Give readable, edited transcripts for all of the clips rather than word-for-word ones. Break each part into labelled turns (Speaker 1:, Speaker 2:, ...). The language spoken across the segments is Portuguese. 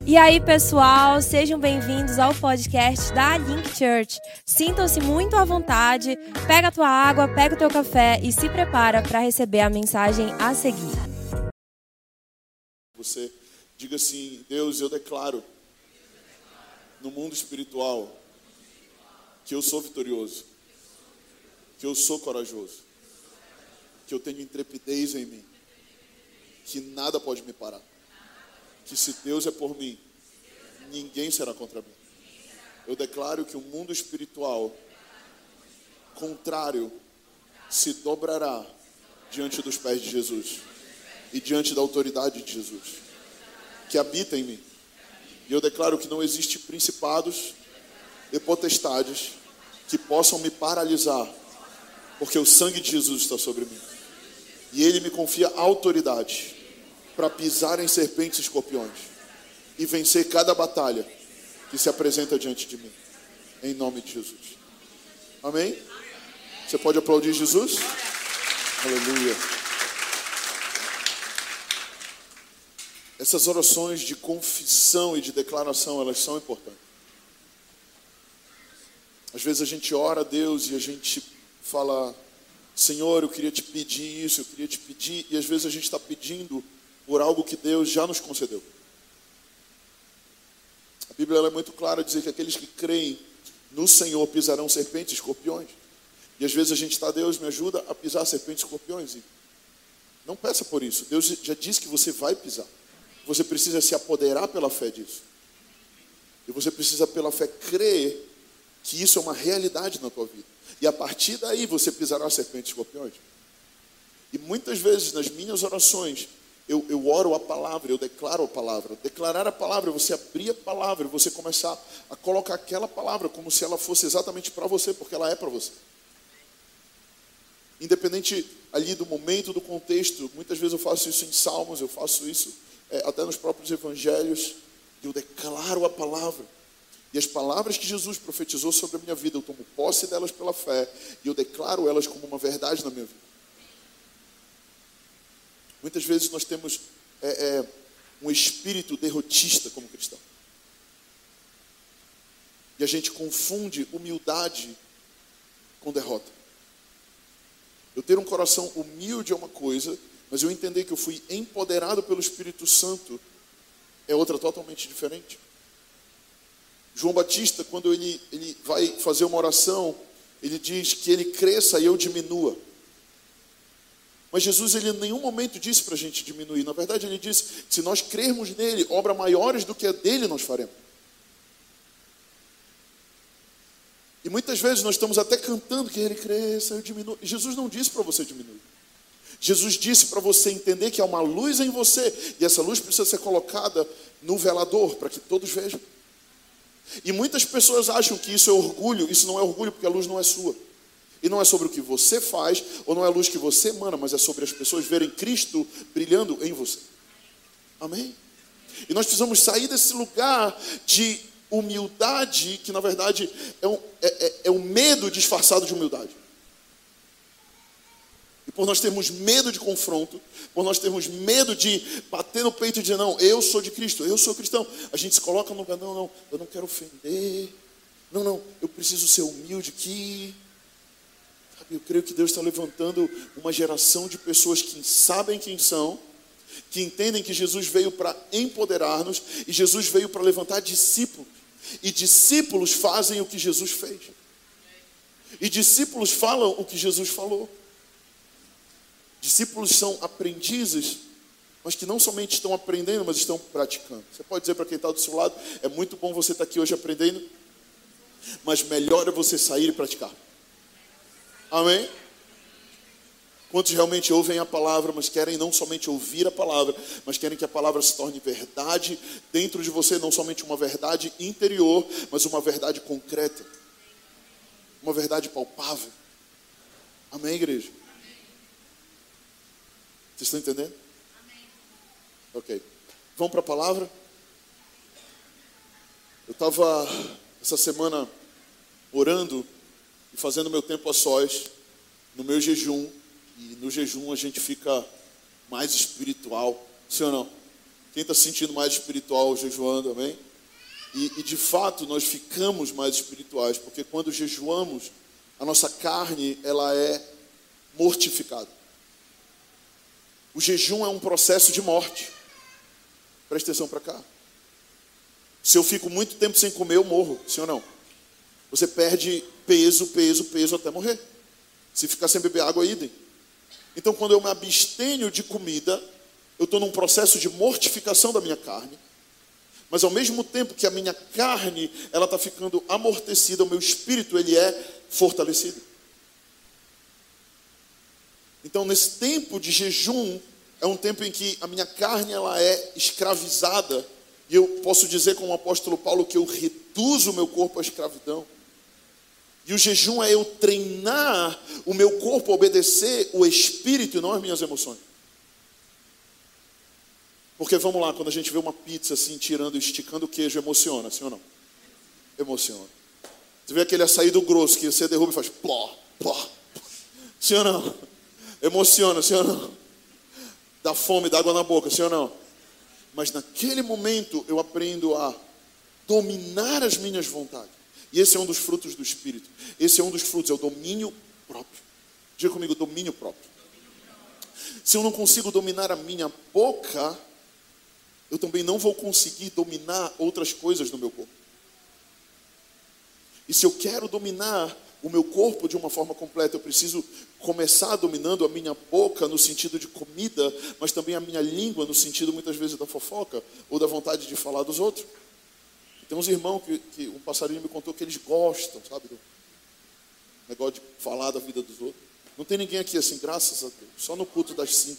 Speaker 1: E aí, pessoal, sejam bem-vindos ao podcast da Link Church. Sintam-se muito à vontade, pega a tua água, pega o teu café e se prepara para receber a mensagem a seguir.
Speaker 2: Você diga assim: Deus, eu declaro no mundo espiritual que eu sou vitorioso, que eu sou corajoso, que eu tenho intrepidez em mim, que nada pode me parar, que se Deus é por mim, ninguém será contra mim. Eu declaro que o mundo espiritual contrário se dobrará diante dos pés de Jesus e diante da autoridade de Jesus, que habita em mim. E eu declaro que não existe principados e potestades que possam me paralisar, porque o sangue de Jesus está sobre mim. E Ele me confia autoridade para pisar em serpentes e escorpiões e vencer cada batalha que se apresenta diante de mim, em nome de Jesus. Amém? Você pode aplaudir Jesus? Aleluia. Essas orações de confissão e de declaração, elas são importantes. Às vezes a gente ora a Deus e a gente fala: Senhor, eu queria te pedir isso, eu queria te pedir, e às vezes a gente está pedindo por algo que Deus já nos concedeu. A Bíblia ela é muito clara a dizer que aqueles que creem no Senhor pisarão serpentes e escorpiões. E às vezes a gente está: Deus, me ajuda a pisar serpentes e escorpiões. E não peça por isso. Deus já disse que você vai pisar. Você precisa se apoderar pela fé disso. E você precisa pela fé crer que isso é uma realidade na tua vida. E a partir daí você pisará serpentes e escorpiões. E muitas vezes nas minhas orações eu oro a palavra, eu declaro a palavra. Declarar a palavra, você abrir a palavra, você começar a colocar aquela palavra como se ela fosse exatamente para você, porque ela é para você. Independente ali do momento, do contexto, muitas vezes eu faço isso em salmos, eu faço isso até nos próprios evangelhos, eu declaro a palavra. E as palavras que Jesus profetizou sobre a minha vida, eu tomo posse delas pela fé e eu declaro elas como uma verdade na minha vida. Muitas vezes nós temos um espírito derrotista como cristão. E a gente confunde humildade com derrota. Eu ter um coração humilde é uma coisa, mas eu entender que eu fui empoderado pelo Espírito Santo é outra totalmente diferente. João Batista, quando ele vai fazer uma oração, ele diz que ele cresça e eu diminua. Mas Jesus, ele em nenhum momento disse para a gente diminuir. Na verdade, ele disse que se nós crermos nele, obras maiores do que a dele nós faremos. E muitas vezes nós estamos até cantando que ele cresça, eu diminuo. E Jesus não disse para você diminuir. Jesus disse para você entender que há uma luz em você, e essa luz precisa ser colocada no velador, para que todos vejam. E muitas pessoas acham que isso é orgulho. Isso não é orgulho, porque a luz não é sua. E não é sobre o que você faz, ou não é a luz que você emana, mas é sobre as pessoas verem Cristo brilhando em você. Amém? E nós precisamos sair desse lugar de humildade, que na verdade é um medo disfarçado de humildade. E por nós termos medo de confronto, por nós termos medo de bater no peito e dizer: não, eu sou de Cristo, eu sou cristão, a gente se coloca no lugar: não, eu não quero ofender, não, eu preciso ser humilde aqui. Eu creio que Deus está levantando uma geração de pessoas que sabem quem são, que entendem que Jesus veio para empoderar-nos e Jesus veio para levantar discípulos. E discípulos fazem o que Jesus fez. E discípulos falam o que Jesus falou. Discípulos são aprendizes, mas que não somente estão aprendendo, mas estão praticando. Você pode dizer para quem está do seu lado: é muito bom você estar aqui hoje aprendendo, mas melhor é você sair e praticar. Amém? Quantos realmente ouvem a palavra, mas querem não somente ouvir a palavra, mas querem que a palavra se torne verdade dentro de você, não somente uma verdade interior, mas uma verdade concreta, uma verdade palpável. Amém, igreja? Vocês estão entendendo?
Speaker 3: Amém.
Speaker 2: Ok. Vamos para a palavra? Eu estava essa semana orando e fazendo meu tempo a sós, no meu jejum. E no jejum a gente fica mais espiritual. Sim ou não? Quem está se sentindo mais espiritual jejuando, amém? E de fato nós ficamos mais espirituais, porque quando jejuamos, a nossa carne ela é mortificada. O jejum é um processo de morte. Presta atenção para cá. Se eu fico muito tempo sem comer, eu morro, sim ou não? Você perde peso até morrer. Se ficar sem beber água, idem. Então, quando eu me abstenho de comida, eu estou num processo de mortificação da minha carne. Mas ao mesmo tempo que a minha carne ela está ficando amortecida, o meu espírito ele é fortalecido. Então, nesse tempo de jejum, é um tempo em que a minha carne ela é escravizada. E eu posso dizer com o apóstolo Paulo que eu reduzo o meu corpo à escravidão. E o jejum é eu treinar o meu corpo a obedecer o espírito e não as minhas emoções. Porque vamos lá, quando a gente vê uma pizza assim, tirando e esticando o queijo, emociona, sim ou não? Emociona. Você vê aquele açaí do grosso que você derruba e faz pló, pló. Sim ou não? Emociona, sim ou não? Dá fome, dá água na boca, sim ou não? Mas naquele momento eu aprendo a dominar as minhas vontades. E esse é um dos frutos do Espírito. Esse é um dos frutos, é o domínio próprio. Diga comigo, domínio próprio. Se eu não consigo dominar a minha boca, eu também não vou conseguir dominar outras coisas no meu corpo. E se eu quero dominar o meu corpo de uma forma completa, eu preciso começar dominando a minha boca no sentido de comida, mas também a minha língua no sentido muitas vezes da fofoca ou da vontade de falar dos outros. Tem uns irmãos que um passarinho me contou que eles gostam, sabe, do negócio de falar da vida dos outros. Não tem ninguém aqui assim, graças a Deus, só no culto das 5.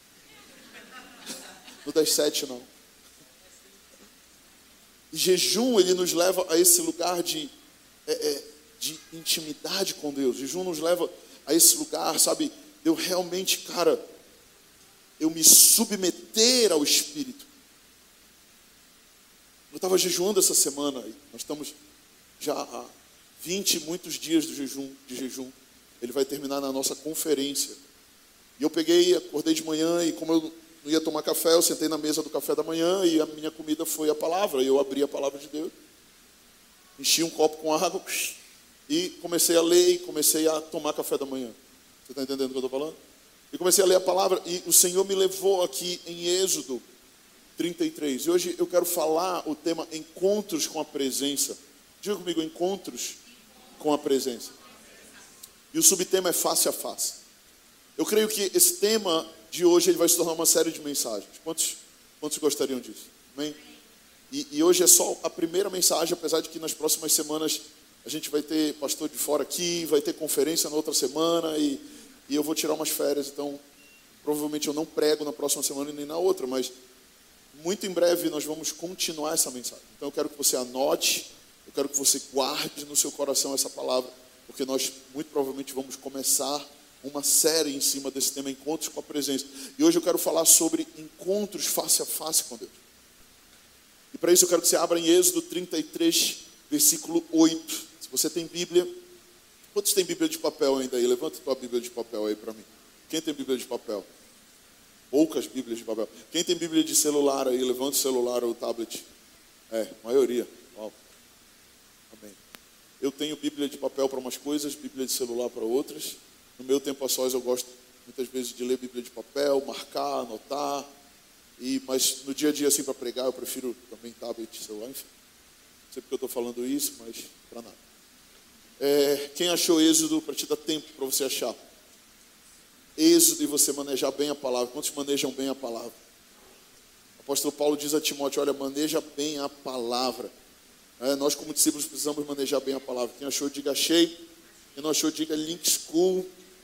Speaker 2: No das 7 não. E jejum ele nos leva a esse lugar de intimidade com Deus. Jejum nos leva a esse lugar, sabe, de eu realmente, cara, eu me submeter ao Espírito. Eu estava jejuando essa semana, nós estamos já há 20 e muitos dias de jejum. Ele vai terminar na nossa conferência. E eu acordei de manhã e como eu não ia tomar café, eu sentei na mesa do café da manhã e a minha comida foi a palavra. E eu abri a palavra de Deus, enchi um copo com água e comecei a ler e comecei a tomar café da manhã. Você está entendendo o que eu estou falando? E comecei a ler a palavra e o Senhor me levou aqui em Êxodo 33. E hoje eu quero falar o tema encontros com a presença. Diga comigo, encontros com a presença. E o subtema é face a face. Eu creio que esse tema de hoje ele vai se tornar uma série de mensagens. Quantos gostariam disso? Amém? E hoje é só a primeira mensagem, apesar de que nas próximas semanas a gente vai ter pastor de fora aqui, vai ter conferência na outra semana e eu vou tirar umas férias, então provavelmente eu não prego na próxima semana e nem na outra, mas muito em breve nós vamos continuar essa mensagem. Então eu quero que você anote, eu quero que você guarde no seu coração essa palavra, porque nós muito provavelmente vamos começar uma série em cima desse tema, encontros com a presença. E hoje eu quero falar sobre encontros face a face com Deus. E para isso eu quero que você abra em Êxodo 33, versículo 8. Se você tem Bíblia, quantos tem Bíblia de papel ainda aí? Levanta a tua Bíblia de papel aí para mim. Quem tem Bíblia de papel? Poucas Bíblias de papel. Quem tem Bíblia de celular aí? Levanta o celular ou o tablet. Maioria. Uau. Amém. Eu tenho Bíblia de papel para umas coisas, Bíblia de celular para outras. No meu tempo a sós eu gosto muitas vezes de ler Bíblia de papel, marcar, anotar. Mas no dia a dia assim para pregar eu prefiro também tablet, celular, enfim. Não sei porque eu estou falando isso, mas para nada. Quem achou Êxodo, para te dar tempo para você achar? Êxodo e você manejar bem a palavra. Quantos manejam bem a palavra? O apóstolo Paulo diz a Timóteo, olha, maneja bem a palavra. Nós como discípulos precisamos manejar bem a palavra. Quem achou, diga achei. Quem não achou, diga Link School.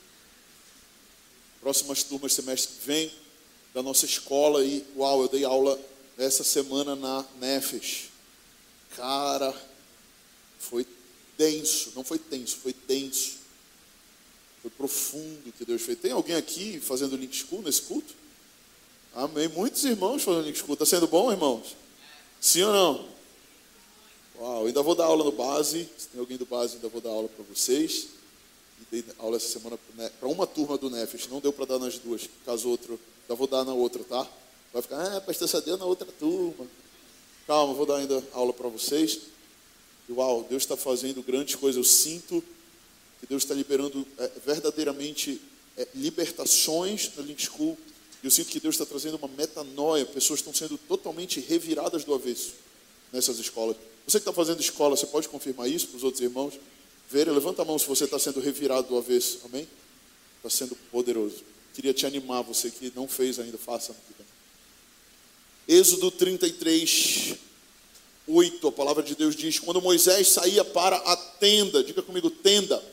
Speaker 2: Próximas turmas, semestre que vem, da nossa escola. E, uau, eu dei aula essa semana na Nefes. Cara, foi denso. Não foi tenso, foi denso. Foi profundo que Deus fez. Tem alguém aqui fazendo Link School nesse culto? Amém. Muitos irmãos fazendo Link School. Está sendo bom, irmãos? Sim ou não? Uau, ainda vou dar aula no base. Se tem alguém do base, ainda vou dar aula para vocês. E dei aula essa semana para uma turma do Nefes. Não deu para dar nas duas. Caso outro, ainda vou dar na outra, tá? Vai ficar, pastor Sadeu na outra turma. Calma, vou dar ainda aula para vocês. Uau, Deus está fazendo grandes coisas. Eu sinto que Deus está liberando verdadeiramente libertações na Link School. Eu sinto que Deus está trazendo uma metanoia. Pessoas estão sendo totalmente reviradas do avesso nessas escolas. Você que está fazendo escola, você pode confirmar isso para os outros irmãos? Levanta a mão se você está sendo revirado do avesso. Amém? Está sendo poderoso. Queria te animar, você que não fez ainda, faça. Êxodo 33, 8, a palavra de Deus diz: quando Moisés saía para a tenda, diga comigo, tenda.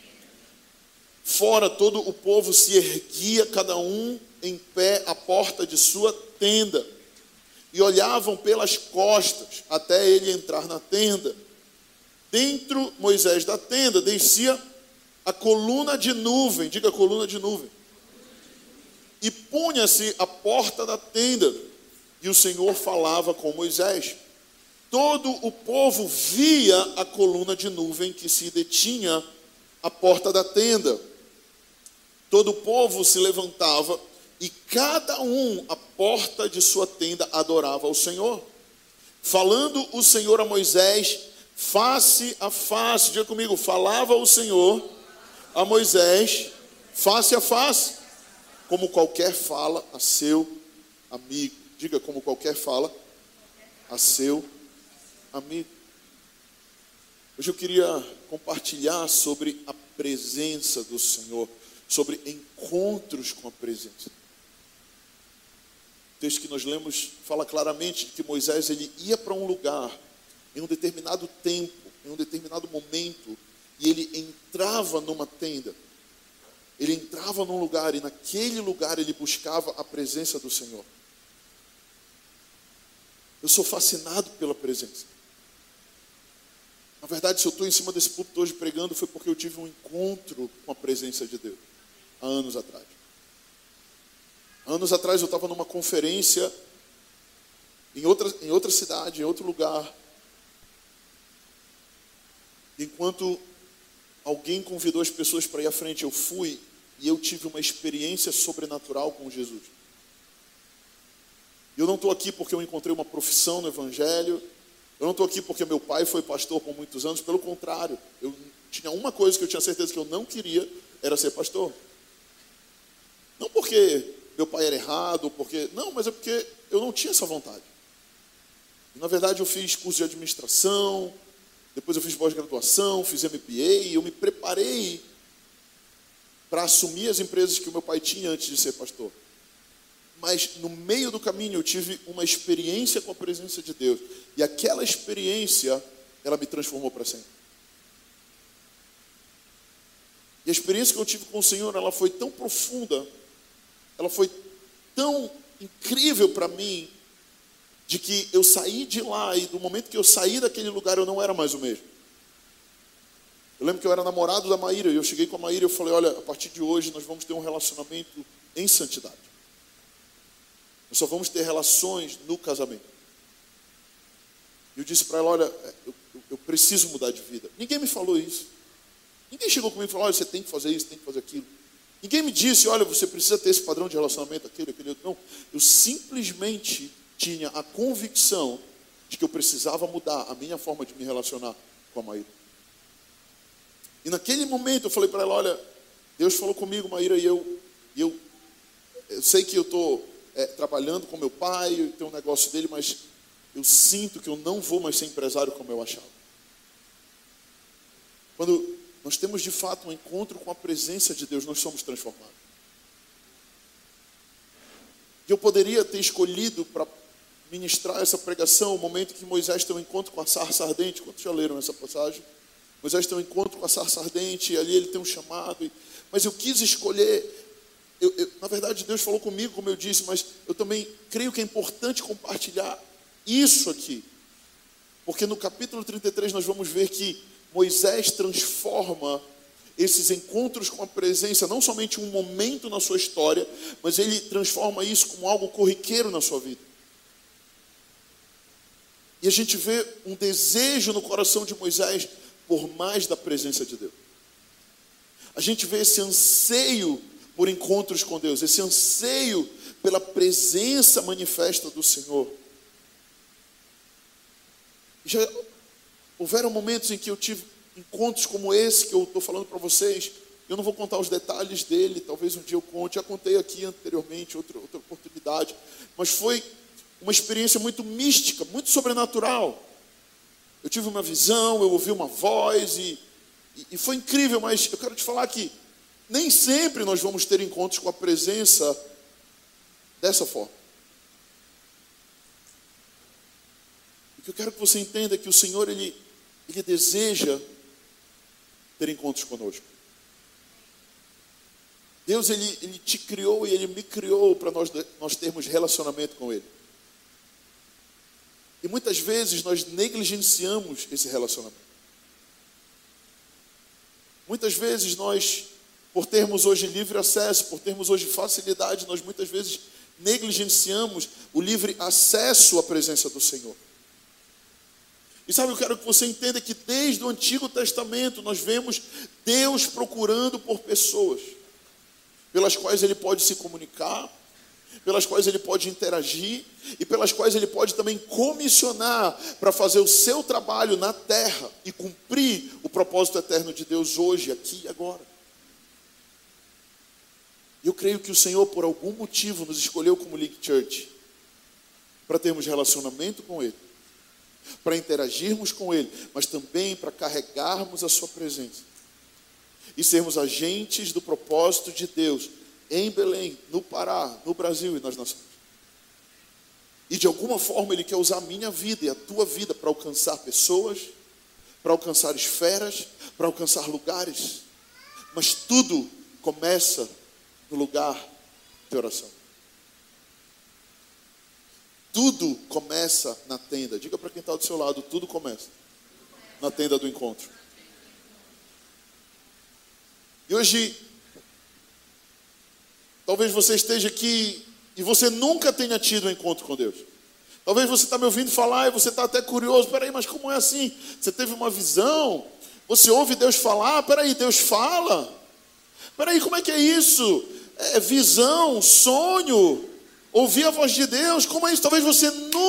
Speaker 2: Fora todo o povo se erguia, cada um em pé à porta de sua tenda, e olhavam pelas costas até ele entrar na tenda. Dentro, Moisés, da tenda, descia a coluna de nuvem, diga coluna de nuvem, e punha-se à porta da tenda, e o Senhor falava com Moisés. Todo o povo via a coluna de nuvem que se detinha à porta da tenda. Todo o povo se levantava e cada um à porta de sua tenda adorava ao Senhor. Falando o Senhor a Moisés face a face, diga comigo, falava o Senhor a Moisés face a face, como qualquer fala a seu amigo. Diga, como qualquer fala a seu amigo. Hoje eu queria compartilhar sobre a presença do Senhor, sobre encontros com a presença. O texto que nós lemos fala claramente que Moisés ele ia para um lugar, em um determinado tempo, em um determinado momento, e ele entrava numa tenda, ele entrava num lugar, e naquele lugar ele buscava a presença do Senhor. Eu sou fascinado pela presença. Na verdade, se eu estou em cima desse púlpito hoje pregando, foi porque eu tive um encontro com a presença de Deus, há anos atrás. Há anos atrás eu estava numa conferência, em outra cidade, em outro lugar. Enquanto alguém convidou as pessoas para ir à frente, eu fui, e eu tive uma experiência sobrenatural com Jesus. Eu não estou aqui porque eu encontrei uma profissão no Evangelho. Eu não estou aqui porque meu pai foi pastor por muitos anos. Pelo contrário, eu tinha uma coisa que eu tinha certeza que eu não queria, era ser pastor. Não porque meu pai era errado, mas é porque eu não tinha essa vontade. E, na verdade, eu fiz curso de administração, depois eu fiz pós-graduação, fiz MBA, e eu me preparei para assumir as empresas que o meu pai tinha antes de ser pastor. Mas no meio do caminho eu tive uma experiência com a presença de Deus. E aquela experiência, ela me transformou para sempre. E a experiência que eu tive com o Senhor, ela foi tão profunda, ela foi tão incrível para mim, de que eu saí de lá, e do momento que eu saí daquele lugar, eu não era mais o mesmo. Eu lembro que eu era namorado da Maíra, e eu cheguei com a Maíra e eu falei, olha, a partir de hoje nós vamos ter um relacionamento em santidade. Nós só vamos ter relações no casamento. E eu disse para ela, olha, eu preciso mudar de vida. Ninguém me falou isso. Ninguém chegou comigo e falou, olha, você tem que fazer isso, tem que fazer aquilo. Ninguém me disse, olha, você precisa ter esse padrão de relacionamento, aquele outro. Não, eu simplesmente tinha a convicção de que eu precisava mudar a minha forma de me relacionar com a Maíra. E naquele momento eu falei para ela, olha, Deus falou comigo, Maíra, e eu sei que eu estou trabalhando com meu pai, tem um negócio dele, mas eu sinto que eu não vou mais ser empresário como eu achava. Quando nós temos de fato um encontro com a presença de Deus, nós somos transformados. E eu poderia ter escolhido para ministrar essa pregação o momento que Moisés tem um encontro com a sarça ardente. Quantos já leram essa passagem? Moisés tem um encontro com a sarça ardente, e ali ele tem um chamado. Mas eu quis escolher... na verdade, Deus falou comigo, como eu disse, mas eu também creio que é importante compartilhar isso aqui. Porque no capítulo 33 nós vamos ver que Moisés transforma esses encontros com a presença, não somente um momento na sua história, mas ele transforma isso como algo corriqueiro na sua vida. E a gente vê um desejo no coração de Moisés por mais da presença de Deus. A gente vê esse anseio por encontros com Deus, esse anseio pela presença manifesta do Senhor. Já houveram momentos em que eu tive encontros como esse que eu estou falando para vocês. Eu não vou contar os detalhes dele, talvez um dia eu conte. Já contei aqui anteriormente, outra oportunidade. Mas foi uma experiência muito mística, muito sobrenatural. Eu tive uma visão, eu ouvi uma voz e foi incrível. Mas eu quero te falar que nem sempre nós vamos ter encontros com a presença dessa forma. O que eu quero que você entenda é que o Senhor, Ele deseja ter encontros conosco. Deus, Ele te criou e Ele me criou para nós termos relacionamento com Ele. E muitas vezes nós negligenciamos esse relacionamento. Muitas vezes nós, por termos hoje livre acesso, por termos hoje facilidade, nós muitas vezes negligenciamos o livre acesso à presença do Senhor. E sabe, eu quero que você entenda que desde o Antigo Testamento nós vemos Deus procurando por pessoas pelas quais Ele pode se comunicar, pelas quais Ele pode interagir e pelas quais Ele pode também comissionar para fazer o seu trabalho na terra e cumprir o propósito eterno de Deus hoje, aqui e agora. Eu creio que o Senhor, por algum motivo, nos escolheu como Link Church para termos relacionamento com Ele, para interagirmos com Ele, mas também para carregarmos a sua presença e sermos agentes do propósito de Deus em Belém, no Pará, no Brasil e nas nações. E de alguma forma Ele quer usar a minha vida e a tua vida para alcançar pessoas, para alcançar esferas, para alcançar lugares. Mas tudo começa no lugar de oração. Tudo começa na tenda. Diga para quem está do seu lado, tudo começa na tenda do encontro. E hoje, talvez você esteja aqui e você nunca tenha tido um encontro com Deus. Talvez você está me ouvindo falar e você está até curioso. Peraí, mas como é assim? Você teve uma visão? Você ouve Deus falar? Peraí, Deus fala? Peraí, como é que é isso? É visão, sonho, ouvir a voz de Deus? Como é isso? Talvez você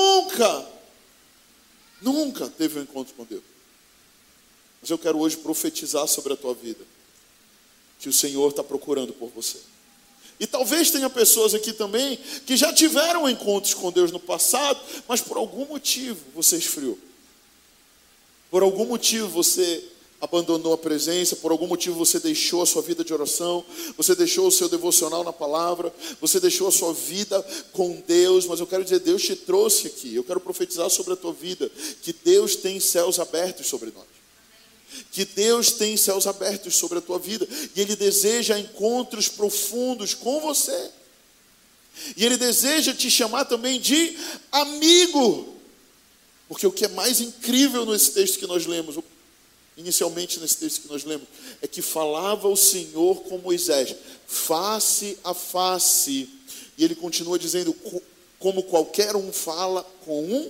Speaker 2: nunca teve um encontro com Deus. Mas eu quero hoje profetizar sobre a tua vida que o Senhor está procurando por você. E talvez tenha pessoas aqui também que já tiveram encontros com Deus no passado, mas por algum motivo você esfriou. Por algum motivo você abandonou a presença, por algum motivo você deixou a sua vida de oração, você deixou o seu devocional na palavra, você deixou a sua vida com Deus. Mas eu quero dizer, Deus te trouxe aqui, eu quero profetizar sobre a tua vida, que Deus tem céus abertos sobre nós. Que Deus tem céus abertos sobre a tua vida. E Ele deseja encontros profundos com você. E Ele deseja te chamar também de amigo. Porque o que é mais incrível nesse texto que nós lemos, inicialmente nesse texto que nós lemos, é que falava o Senhor com Moisés, face a face. E Ele continua dizendo, como qualquer um fala com um.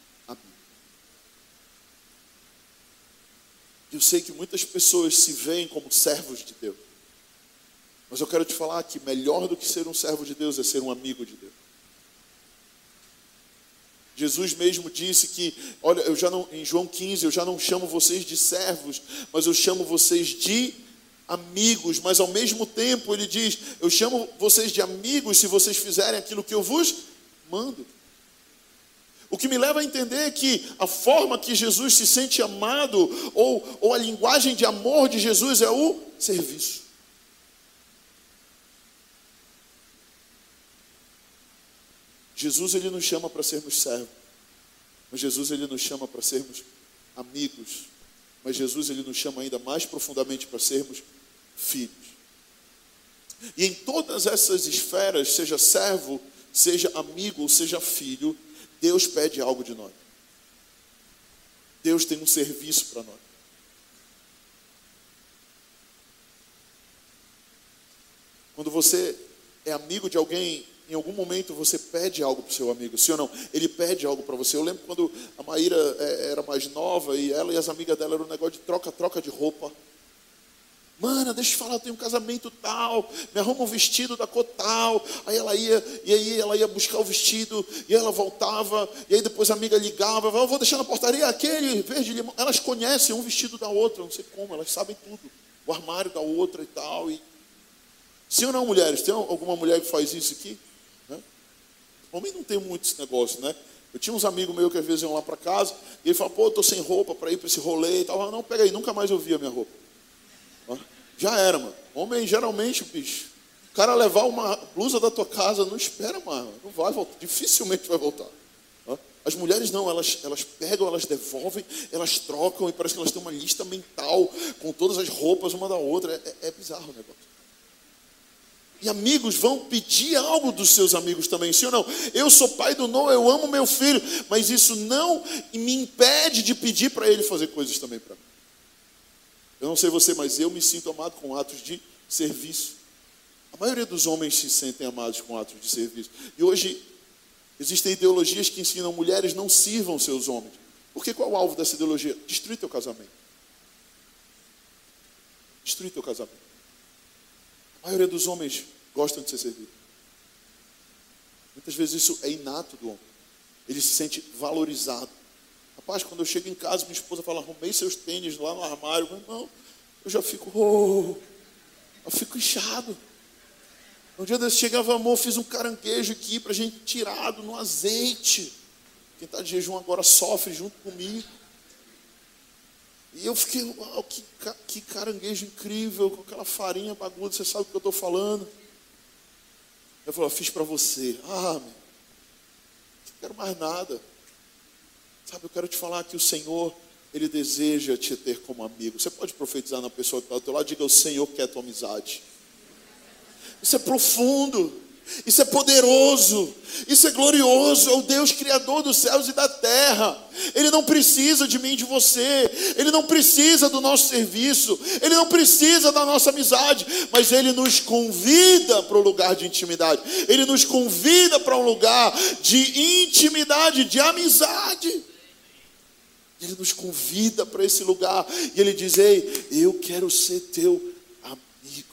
Speaker 2: Eu sei que muitas pessoas se veem como servos de Deus. Mas eu quero te falar que melhor do que ser um servo de Deus é ser um amigo de Deus. Jesus mesmo disse que, olha, em João 15, eu já não chamo vocês de servos, mas eu chamo vocês de amigos. Mas ao mesmo tempo ele diz, eu chamo vocês de amigos se vocês fizerem aquilo que eu vos mando. O que me leva a entender que a forma que Jesus se sente amado, ou a linguagem de amor de Jesus é o serviço. Jesus, Ele nos chama para sermos servos. Mas Jesus, Ele nos chama para sermos amigos. Mas Jesus, Ele nos chama ainda mais profundamente para sermos filhos. E em todas essas esferas, seja servo, seja amigo, seja filho, Deus pede algo de nós. Deus tem um serviço para nós. Quando você é amigo de alguém, em algum momento você pede algo para o seu amigo, sim ou não? Ele pede algo para você. Eu lembro quando a Maíra era mais nova e ela e as amigas dela eram um negócio de troca de roupa. Mana, deixa eu te falar, eu tenho um casamento tal, me arruma um vestido da cor tal. Aí ela ia buscar o vestido, e ela voltava, e aí depois a amiga ligava, eu vou deixar na portaria aquele verde limão. Elas conhecem um vestido da outra, não sei como, elas sabem tudo. O armário da outra e tal. Sim ou não, mulheres? Tem alguma mulher que faz isso aqui? Né? Homem não tem muito esse negócio, né? Eu tinha uns amigos meus que às vezes iam lá para casa, e ele falava, pô, eu tô sem roupa para ir para esse rolê e tal. Eu, não, pega aí, nunca mais eu via minha roupa. Já era, mano. Homem, geralmente, bicho, o cara levar uma blusa da tua casa, não espera mais, mano. Não vai voltar, dificilmente vai voltar. As mulheres não, elas pegam, elas devolvem, elas trocam, e parece que elas têm uma lista mental com todas as roupas uma da outra. É bizarro o negócio. E amigos vão pedir algo dos seus amigos também, sim ou não? Eu sou pai do Noah, eu amo meu filho, mas isso não me impede de pedir para ele fazer coisas também para mim. Eu não sei você, mas eu me sinto amado com atos de serviço. A maioria dos homens se sentem amados com atos de serviço. E hoje existem ideologias que ensinam mulheres não sirvam seus homens. Porque qual é o alvo dessa ideologia? Destruir teu casamento. Destruir teu casamento. A maioria dos homens gostam de ser servido. Muitas vezes isso é inato do homem. Ele se sente valorizado. Rapaz, quando eu chego em casa, minha esposa fala, arrumei seus tênis lá no armário. Meu irmão, eu já fico, eu fico inchado. Um dia desse chegava, amor, fiz um caranguejo aqui pra gente tirado no azeite. Quem está de jejum agora sofre junto comigo. E eu fiquei, uau, que caranguejo incrível, com aquela farinha baguda, você sabe o que eu estou falando? Eu falei, fiz para você. Não quero mais nada. Sabe, eu quero te falar que o Senhor, Ele deseja te ter como amigo. Você pode profetizar na pessoa que está ao teu lado, diga, o Senhor quer tua amizade. Isso é profundo, isso é poderoso, isso é glorioso. É o Deus criador dos céus e da terra. Ele não precisa de mim e de você, Ele não precisa do nosso serviço, Ele não precisa da nossa amizade, mas Ele nos convida para um lugar de intimidade. Ele nos convida para um lugar de intimidade, de amizade. Ele nos convida para esse lugar e Ele diz, ei, eu quero ser teu amigo.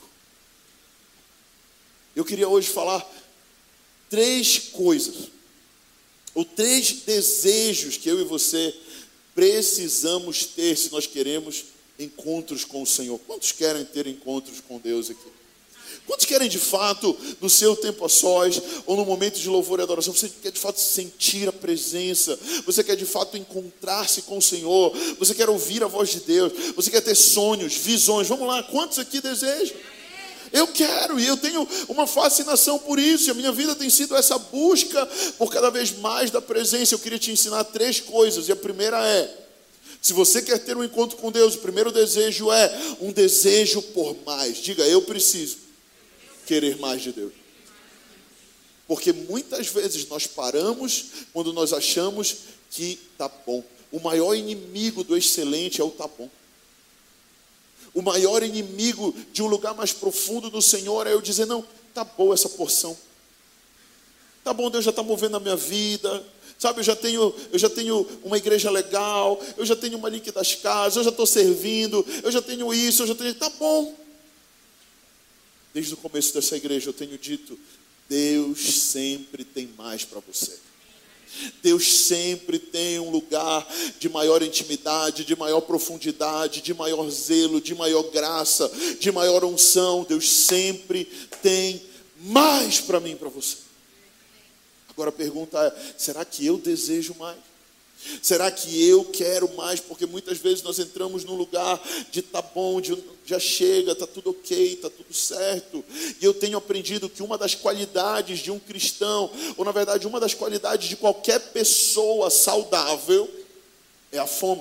Speaker 2: Eu queria hoje falar 3 coisas, ou 3 desejos que eu e você precisamos ter se nós queremos encontros com o Senhor. Quantos querem ter encontros com Deus aqui? Quantos querem de fato, no seu tempo a sós, ou no momento de louvor e adoração, você quer de fato sentir a presença, você quer de fato encontrar-se com o Senhor, você quer ouvir a voz de Deus, você quer ter sonhos, visões? Vamos lá, quantos aqui desejam? Eu quero, e eu tenho uma fascinação por isso, e a minha vida tem sido essa busca por cada vez mais da presença. Eu queria te ensinar 3 coisas, e a primeira é, se você quer ter um encontro com Deus, o primeiro desejo é um desejo por mais. Diga, eu preciso querer mais de Deus. Porque muitas vezes nós paramos quando nós achamos que tá bom. O maior inimigo do excelente é o tá bom. O maior inimigo de um lugar mais profundo do Senhor é eu dizer, não, tá boa essa porção. Tá bom, Deus já está movendo a minha vida. Sabe, eu já tenho uma igreja legal, eu já tenho uma link das casas, eu já estou servindo, eu já tenho isso, tá bom. Desde o começo dessa igreja eu tenho dito, Deus sempre tem mais para você. Deus sempre tem um lugar de maior intimidade, de maior profundidade, de maior zelo, de maior graça, de maior unção. Deus sempre tem mais para mim e para você. Agora a pergunta é, será que eu desejo mais? Será que eu quero mais? Porque muitas vezes nós entramos num lugar de tá bom, de já chega, tá tudo ok, tá tudo certo. E eu tenho aprendido que uma das qualidades de um cristão, ou na verdade uma das qualidades de qualquer pessoa saudável, é a fome.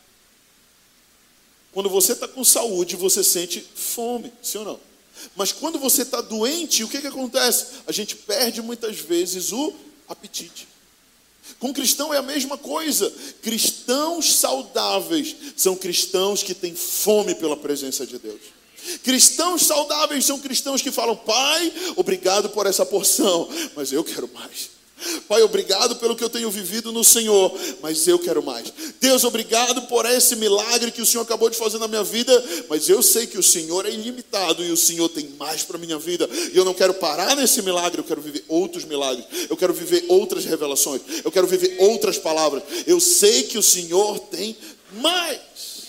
Speaker 2: Quando você está com saúde, você sente fome, sim ou não? Mas quando você está doente, o que acontece? A gente perde muitas vezes o apetite. Com cristão é a mesma coisa. Cristãos saudáveis são cristãos que têm fome pela presença de Deus. Cristãos saudáveis são cristãos que falam, Pai, obrigado por essa porção, mas eu quero mais. Pai, obrigado pelo que eu tenho vivido no Senhor, mas eu quero mais. Deus, obrigado por esse milagre que o Senhor acabou de fazer na minha vida, mas eu sei que o Senhor é ilimitado e o Senhor tem mais para a minha vida. E eu não quero parar nesse milagre, eu quero viver outros milagres. Eu quero viver outras revelações. Eu quero viver outras palavras. Eu sei que o Senhor tem mais.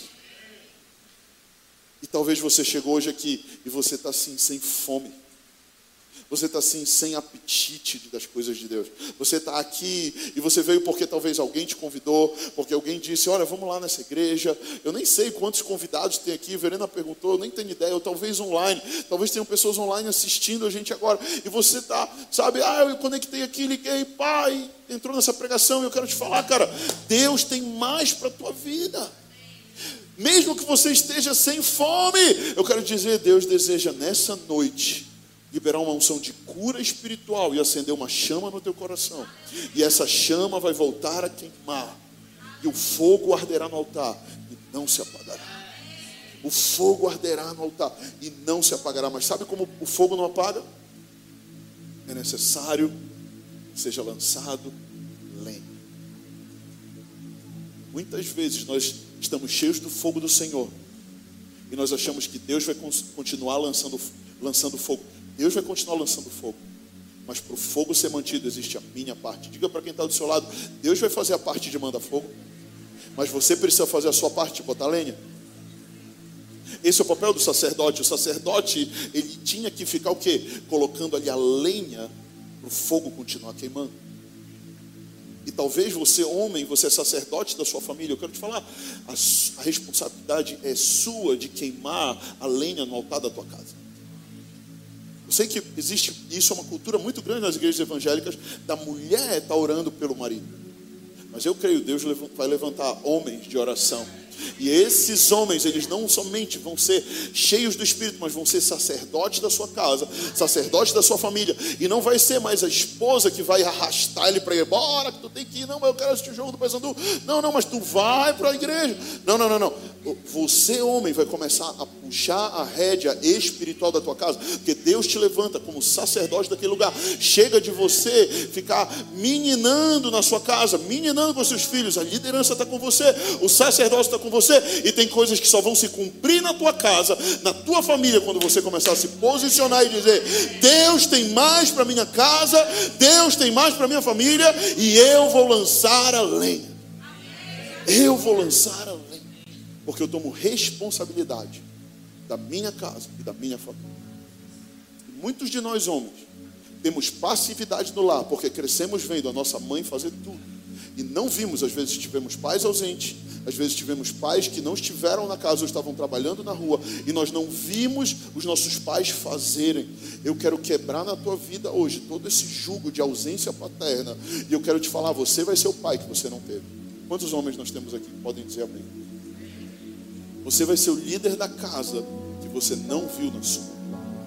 Speaker 2: E talvez você chegou hoje aqui e você está assim, sem fome. Você está assim, sem apetite das coisas de Deus. Você está aqui e você veio porque talvez alguém te convidou, porque alguém disse, olha, vamos lá nessa igreja. Eu nem sei quantos convidados tem aqui, a Verena perguntou, eu nem tenho ideia, ou talvez online. Talvez tenham pessoas online assistindo a gente agora. E você está, sabe, eu conectei aqui, liguei, pai, entrou nessa pregação e eu quero te falar, cara, Deus tem mais para a tua vida. Mesmo que você esteja sem fome, eu quero dizer, Deus deseja nessa noite liberar uma unção de cura espiritual e acender uma chama no teu coração. E essa chama vai voltar a queimar. E o fogo arderá no altar e não se apagará. O fogo arderá no altar e não se apagará. Mas sabe como o fogo não apaga? É necessário que seja lançado lenha. Muitas vezes nós estamos cheios do fogo do Senhor e nós achamos que Deus vai continuar lançando fogo. Deus vai continuar lançando fogo, mas para o fogo ser mantido existe a minha parte. Diga para quem está do seu lado, Deus vai fazer a parte de mandar fogo, mas você precisa fazer a sua parte de botar lenha. Esse é o papel do sacerdote. O sacerdote, ele tinha que ficar o quê? Colocando ali a lenha para o fogo continuar queimando. E talvez você, homem, você é sacerdote da sua família. Eu quero te falar, a responsabilidade é sua de queimar a lenha no altar da tua casa. Eu sei que existe, isso é uma cultura muito grande nas igrejas evangélicas, da mulher estar orando pelo marido. Mas eu creio, Deus vai levantar homens de oração. E esses homens, eles não somente vão ser cheios do Espírito, mas vão ser sacerdotes da sua casa, sacerdotes da sua família. E não vai ser mais a esposa que vai arrastar ele para ir, bora que tu tem que ir, não, mas eu quero assistir o jogo do Paysandu. Não, mas tu vai para a igreja. Não. Você, homem, vai começar a puxar a rédea espiritual da tua casa, porque Deus te levanta como sacerdote daquele lugar. Chega de você ficar meninando na sua casa, meninando com seus filhos. A liderança está com você, o sacerdócio está com você, e tem coisas que só vão se cumprir na tua casa, na tua família, quando você começar a se posicionar e dizer, Deus tem mais para minha casa, Deus tem mais para minha família, e eu vou lançar a lenha. Eu vou lançar a lenha, porque eu tomo responsabilidade da minha casa e da minha família. E muitos de nós homens temos passividade no lar, porque crescemos vendo a nossa mãe fazer tudo. E não vimos, às vezes tivemos pais ausentes, às vezes tivemos pais que não estiveram na casa ou estavam trabalhando na rua, e nós não vimos os nossos pais fazerem. Eu quero quebrar na tua vida hoje todo esse jugo de ausência paterna, e eu quero te falar, você vai ser o pai que você não teve. Quantos homens nós temos aqui que podem dizer amém? Você vai ser o líder da casa que você não viu na sua.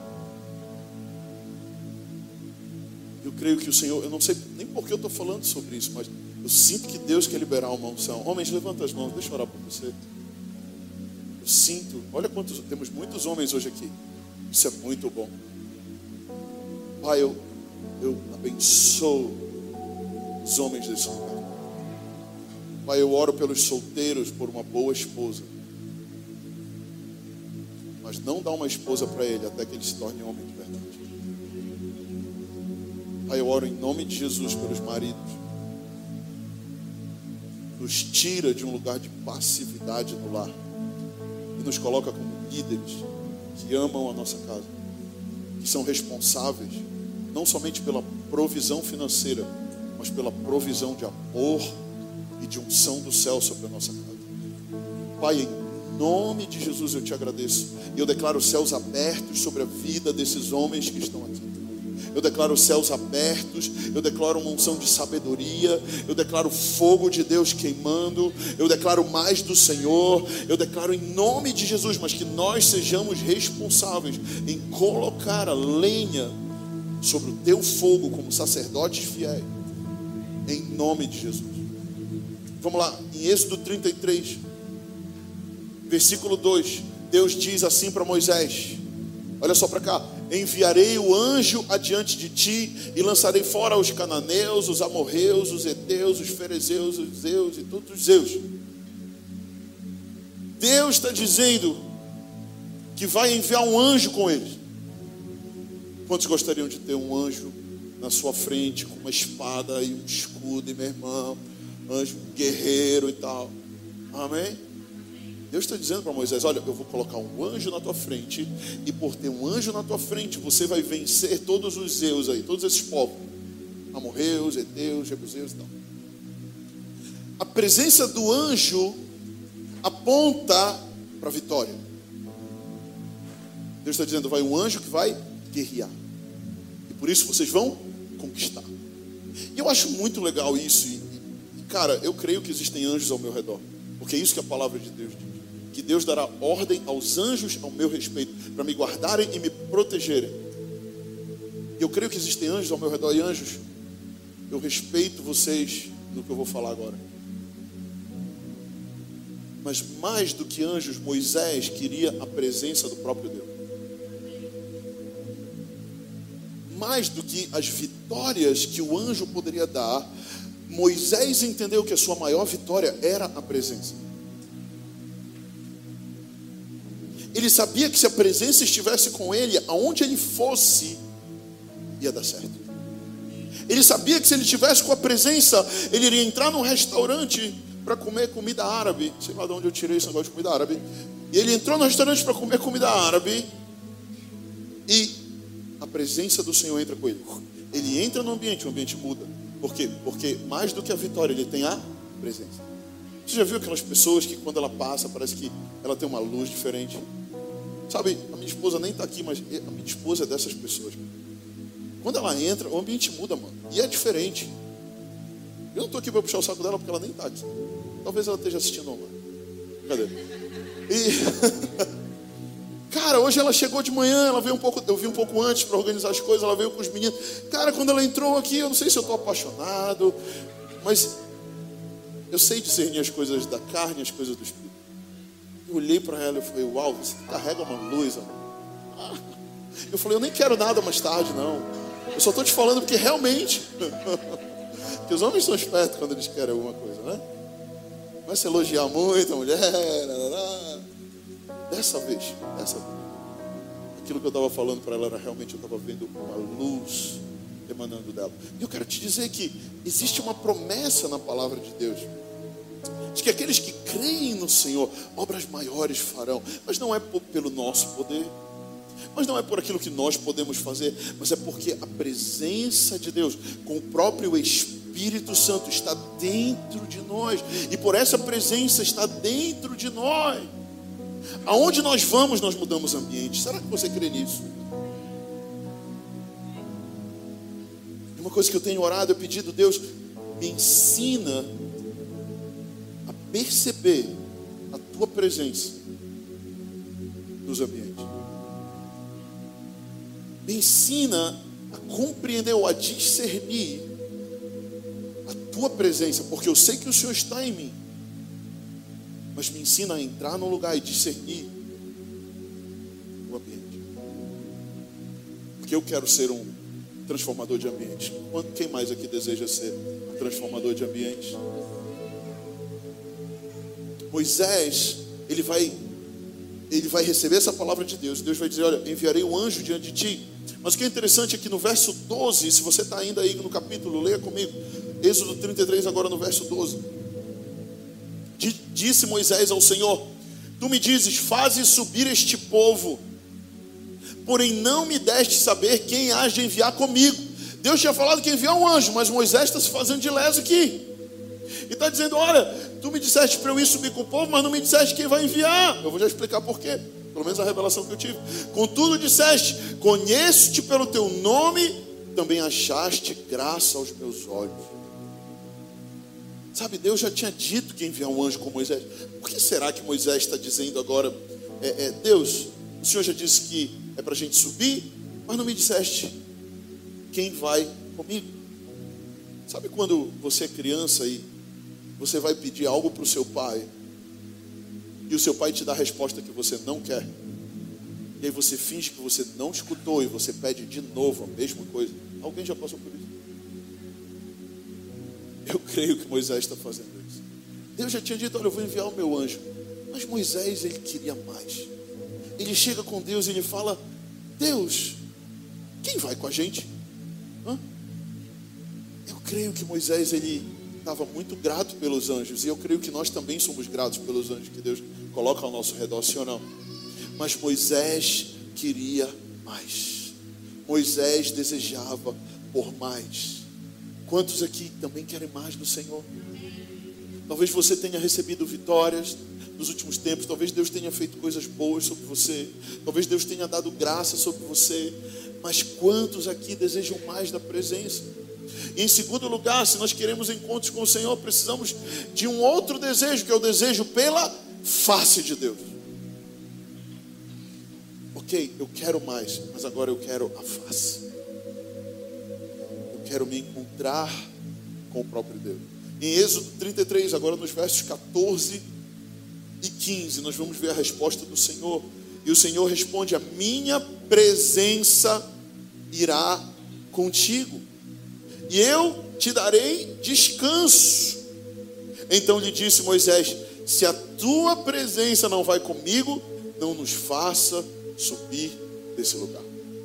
Speaker 2: Eu creio que o Senhor, eu não sei nem por que eu estou falando sobre isso, mas eu sinto que Deus quer liberar uma unção. Homens, levanta as mãos, deixa eu orar por você. Eu sinto, olha quantos, temos muitos homens hoje aqui. Isso é muito bom. Pai, eu abençoo os homens desse lugar. Pai, eu oro pelos solteiros por uma boa esposa. Mas não dá uma esposa para ele até que ele se torne homem de verdade. Pai, eu oro em nome de Jesus pelos maridos. Nos tira de um lugar de passividade no lar e nos coloca como líderes que amam a nossa casa, que são responsáveis não somente pela provisão financeira, mas pela provisão de amor e de unção do céu sobre a nossa casa. Pai, em nome de Jesus eu te agradeço e eu declaro os céus abertos sobre a vida desses homens que estão aqui. Eu declaro os céus abertos, eu declaro uma unção de sabedoria, eu declaro fogo de Deus queimando, eu declaro mais do Senhor, eu declaro em nome de Jesus, mas que nós sejamos responsáveis em colocar a lenha sobre o teu fogo como sacerdotes fiéis, em nome de Jesus. Vamos lá, em Êxodo 33, versículo 2, Deus diz assim para Moisés, olha só para cá, enviarei o anjo adiante de ti e lançarei fora os cananeus, os amorreus, os heteus, os ferezeus, os zeus e todos os zeus. Deus está dizendo que vai enviar um anjo com eles. Quantos gostariam de ter um anjo na sua frente com uma espada e um escudo, e meu irmão, anjo guerreiro e tal? Amém? Deus está dizendo para Moisés: olha, eu vou colocar um anjo na tua frente, e por ter um anjo na tua frente, você vai vencer todos os zeus aí, todos esses povos, amorreus, heteus, jebuseus e tal. A presença do anjo aponta para a vitória. Deus está dizendo: vai um anjo que vai guerrear, e por isso vocês vão conquistar. E eu acho muito legal isso, e cara, eu creio que existem anjos ao meu redor, porque é isso que a palavra de Deus diz, que Deus dará ordem aos anjos ao meu respeito, para me guardarem e me protegerem. E eu creio que existem anjos ao meu redor, e anjos, eu respeito vocês no que eu vou falar agora. Mas mais do que anjos, Moisés queria a presença do próprio Deus. Mais do que as vitórias que o anjo poderia dar, Moisés entendeu que a sua maior vitória era a presença. Ele sabia que se a presença estivesse com ele, aonde ele fosse, ia dar certo. Ele sabia que se ele estivesse com a presença, ele iria entrar num restaurante para comer comida árabe. Sei lá de onde eu tirei esse negócio de comida árabe. E ele entrou no restaurante para comer comida árabe, e a presença do Senhor entra com ele. Ele entra no ambiente, o ambiente muda. Por quê? Porque mais do que a vitória, ele tem a presença. Você já viu aquelas pessoas que quando ela passa, parece que ela tem uma luz diferente? Sabe, a minha esposa nem está aqui, mas a minha esposa é dessas pessoas. Quando ela entra, o ambiente muda, mano. E é diferente. Eu não estou aqui para puxar o saco dela, porque ela nem está aqui. Talvez ela esteja assistindo online. Cadê? Cara, hoje ela chegou de manhã, ela veio eu vi um pouco antes para organizar as coisas, ela veio com os meninos. Cara, quando ela entrou aqui, eu não sei se eu estou apaixonado, mas eu sei discernir as coisas da carne e as coisas do espírito. Eu olhei para ela e falei: uau, você carrega uma luz. Eu falei: eu nem quero nada mais tarde, não. Eu só estou te falando porque realmente que os homens são espertos quando eles querem alguma coisa, né? Vai se elogiar muito a mulher. Dessa vez, aquilo que eu estava falando para ela era realmente, eu estava vendo uma luz emanando dela. E eu quero te dizer que existe uma promessa na palavra de Deus, de que aqueles que creem no Senhor, obras maiores farão. Mas não é pelo nosso poder, mas não é por aquilo que nós podemos fazer, mas é porque a presença de Deus, com o próprio Espírito Santo, está dentro de nós. E por essa presença está dentro de nós, aonde nós vamos, nós mudamos ambiente. Será que você crê nisso? Uma coisa que eu tenho orado, eu pedido: Deus, me ensina a perceber a tua presença nos ambientes. Me ensina a compreender ou a discernir a tua presença, porque eu sei que o Senhor está em mim. Mas me ensina a entrar no lugar e discernir o ambiente. Porque eu quero ser um transformador de ambiente. Quem mais aqui deseja ser um transformador de ambiente? Moisés, ele vai receber essa palavra de Deus. Deus vai dizer: olha, enviarei um anjo diante de ti. Mas o que é interessante é que no verso 12, se você está ainda aí no capítulo, leia comigo. Êxodo 33, agora no verso 12. Disse Moisés ao Senhor: tu me dizes, faze subir este povo, porém não me deste saber quem hás de enviar comigo. Deus tinha falado que ia enviar um anjo, mas Moisés está se fazendo de leso aqui. E está dizendo: olha, tu me disseste para eu ir subir com o povo, mas não me disseste quem vai enviar. Eu vou já explicar por quê, pelo menos a revelação que eu tive. Contudo disseste: conheço-te pelo teu nome, também achaste graça aos meus olhos. Sabe, Deus já tinha dito que ia enviar um anjo com Moisés. Por que será que Moisés está dizendo agora: Deus, o Senhor já disse que é para a gente subir, mas não me disseste quem vai comigo? Sabe quando você é criança e você vai pedir algo para o seu pai, e o seu pai te dá a resposta que você não quer? e aí você finge que você não escutou e você pede de novo a mesma coisa. Alguém já passou por isso? Eu creio que Moisés está fazendo isso. Deus já tinha dito, olha, eu vou enviar o meu anjo. Mas Moisés, ele queria mais. Ele chega com Deus e ele fala, Deus, quem vai com a gente? Eu creio que Moisés, ele estava muito grato pelos anjos. E eu creio que nós também somos gratos pelos anjos que Deus coloca ao nosso redor, sim ou não? Mas Moisés queria mais. Moisés desejava por mais. Quantos aqui também querem mais do Senhor? Talvez você tenha recebido vitórias nos últimos tempos. Talvez Deus tenha feito coisas boas sobre você. Talvez Deus tenha dado graça sobre você. Mas quantos aqui desejam mais da presença? E em segundo lugar, se nós queremos encontros com o Senhor, precisamos de um outro desejo, que é o desejo pela face de Deus. Ok, eu quero mais, mas agora eu quero a face. Eu quero me encontrar com o próprio Deus. Em Êxodo 33, agora nos versos 14 e 15, nós vamos ver a resposta do Senhor. E o Senhor responde, a minha presença irá contigo, e eu te darei descanso. Então lhe disse Moisés, se a tua presença não vai comigo, não nos faça subir desse lugar.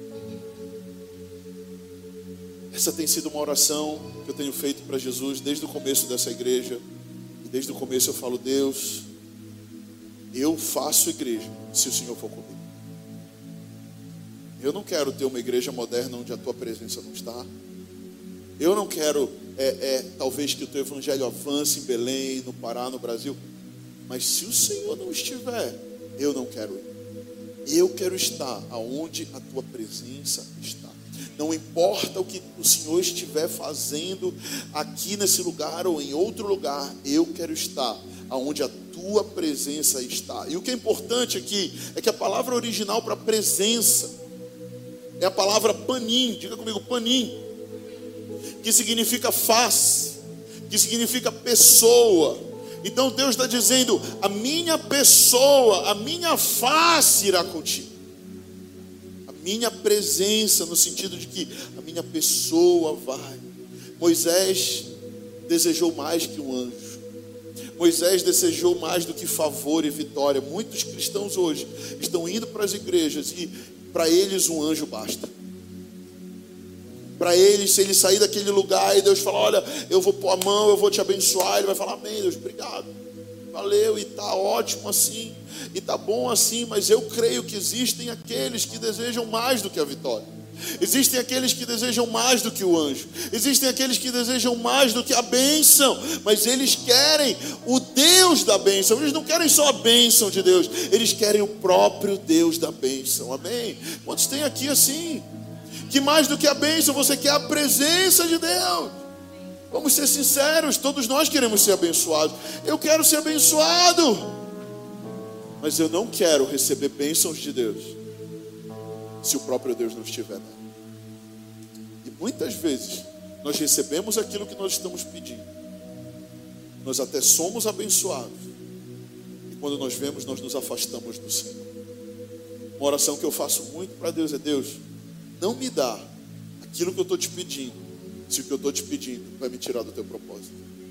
Speaker 2: Essa tem sido uma oração que eu tenho feito para Jesus desde o começo dessa igreja. E desde o começo eu falo, Deus, eu faço igreja se o Senhor for comigo. Eu não quero ter uma igreja moderna onde a tua presença não está. Eu não quero, talvez que o teu evangelho avance em Belém, no Pará, no Brasil. Mas se o Senhor não estiver, eu não quero ir. Eu quero estar aonde a tua presença está. Não importa o que o Senhor estiver fazendo aqui nesse lugar ou em outro lugar, eu quero estar aonde a tua presença está. E o que é importante aqui é que a palavra original para presença é a palavra panim. Diga comigo, panim, que significa face, que significa pessoa. Então Deus está dizendo, a minha pessoa, a minha face irá contigo. A minha presença, no sentido de que a minha pessoa vai. Moisés desejou mais que um anjo. Moisés desejou mais do que favor e vitória. Muitos cristãos hoje estão indo para as igrejas e para eles um anjo basta. Para eles, se ele sair daquele lugar e Deus falar, olha, eu vou pôr a mão, eu vou te abençoar, ele vai falar, amém, Deus, obrigado, valeu, e está ótimo assim, e está bom assim. Mas eu creio que existem aqueles que desejam mais do que a vitória. Existem aqueles que desejam mais do que o anjo. Existem aqueles que desejam mais do que a bênção. Mas eles querem o Deus da bênção. Eles não querem só a bênção de Deus, eles querem o próprio Deus da bênção. Amém? Quantos tem aqui assim? Que mais do que a bênção, você quer a presença de Deus. Vamos ser sinceros, todos nós queremos ser abençoados. Eu quero ser abençoado, mas eu não quero receber bênçãos de Deus se o próprio Deus não estiver lá. E muitas vezes nós recebemos aquilo que nós estamos pedindo, nós até somos abençoados, e quando nós vemos, nós nos afastamos do Senhor. Uma oração que eu faço muito para Deus é, Deus, não me dá aquilo que eu estou te pedindo, se o que eu estou te pedindo vai me tirar do teu propósito.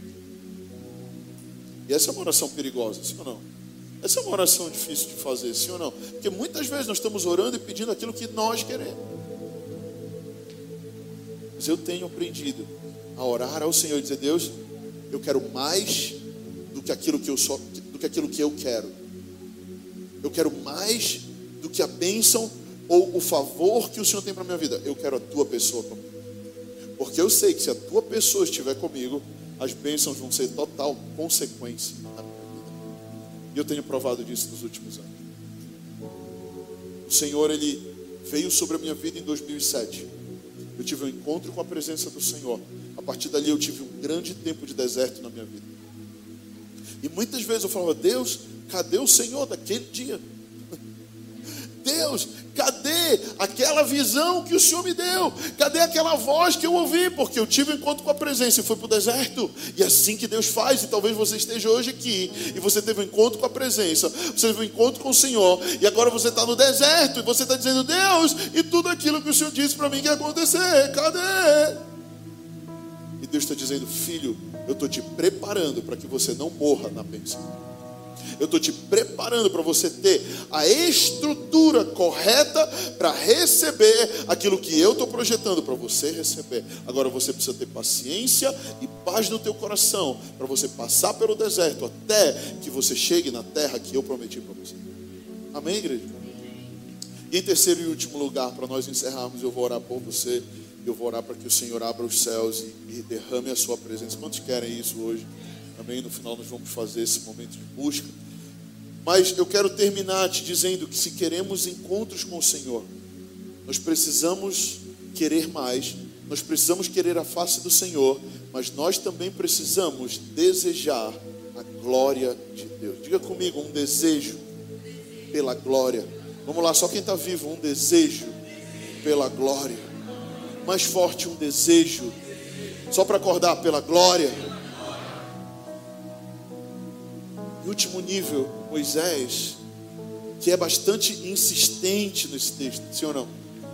Speaker 2: E essa é uma oração perigosa, sim ou não? Essa é uma oração difícil de fazer, sim ou não? Porque muitas vezes nós estamos orando e pedindo aquilo que nós queremos. Mas eu tenho aprendido a orar ao Senhor e dizer, Deus, eu quero mais do que aquilo que eu quero. Eu quero mais do que a bênção ou o favor que o Senhor tem para a minha vida. Eu quero a tua pessoa comigo. Porque eu sei que se a tua pessoa estiver comigo, as bênçãos vão ser total consequência da minha vida. E eu tenho provado disso nos últimos anos. O Senhor, Ele veio sobre a minha vida em 2007. Eu tive um encontro com a presença do Senhor. A partir dali eu tive um grande tempo de deserto na minha vida. E muitas vezes eu falava, Deus, cadê o Senhor daquele dia? Deus, cadê cadê aquela visão que o Senhor me deu? Cadê aquela voz que eu ouvi? Porque eu tive um encontro com a presença e fui para o deserto. E é assim que Deus faz. E talvez você esteja hoje aqui e você teve um encontro com a presença, você teve um encontro com o Senhor, e agora você está no deserto e você está dizendo: Deus, e tudo aquilo que o Senhor disse para mim que ia acontecer, cadê? E Deus está dizendo: filho, eu estou te preparando para que você não morra na bênção. Eu estou te preparando para você ter a estrutura correta para receber aquilo que eu estou projetando para você receber. Agora você precisa ter paciência e paz no teu coração para você passar pelo deserto até que você chegue na terra que eu prometi para você. Amém, igreja? E em terceiro e último lugar, para nós encerrarmos, eu vou orar por você. Eu vou orar para que o Senhor abra os céus e derrame a sua presença. Quantos querem isso hoje? Amém? No final nós vamos fazer esse momento de busca. Mas eu quero terminar te dizendo que se queremos encontros com o Senhor, nós precisamos querer mais, nós precisamos querer a face do Senhor, mas nós também precisamos desejar a glória de Deus. Diga comigo, um desejo pela glória. Vamos lá, só quem está vivo, um desejo pela glória. Mais forte, um desejo, só para acordar, pela glória. E último nível, Moisés, que é bastante insistente nesse texto, sim ou não?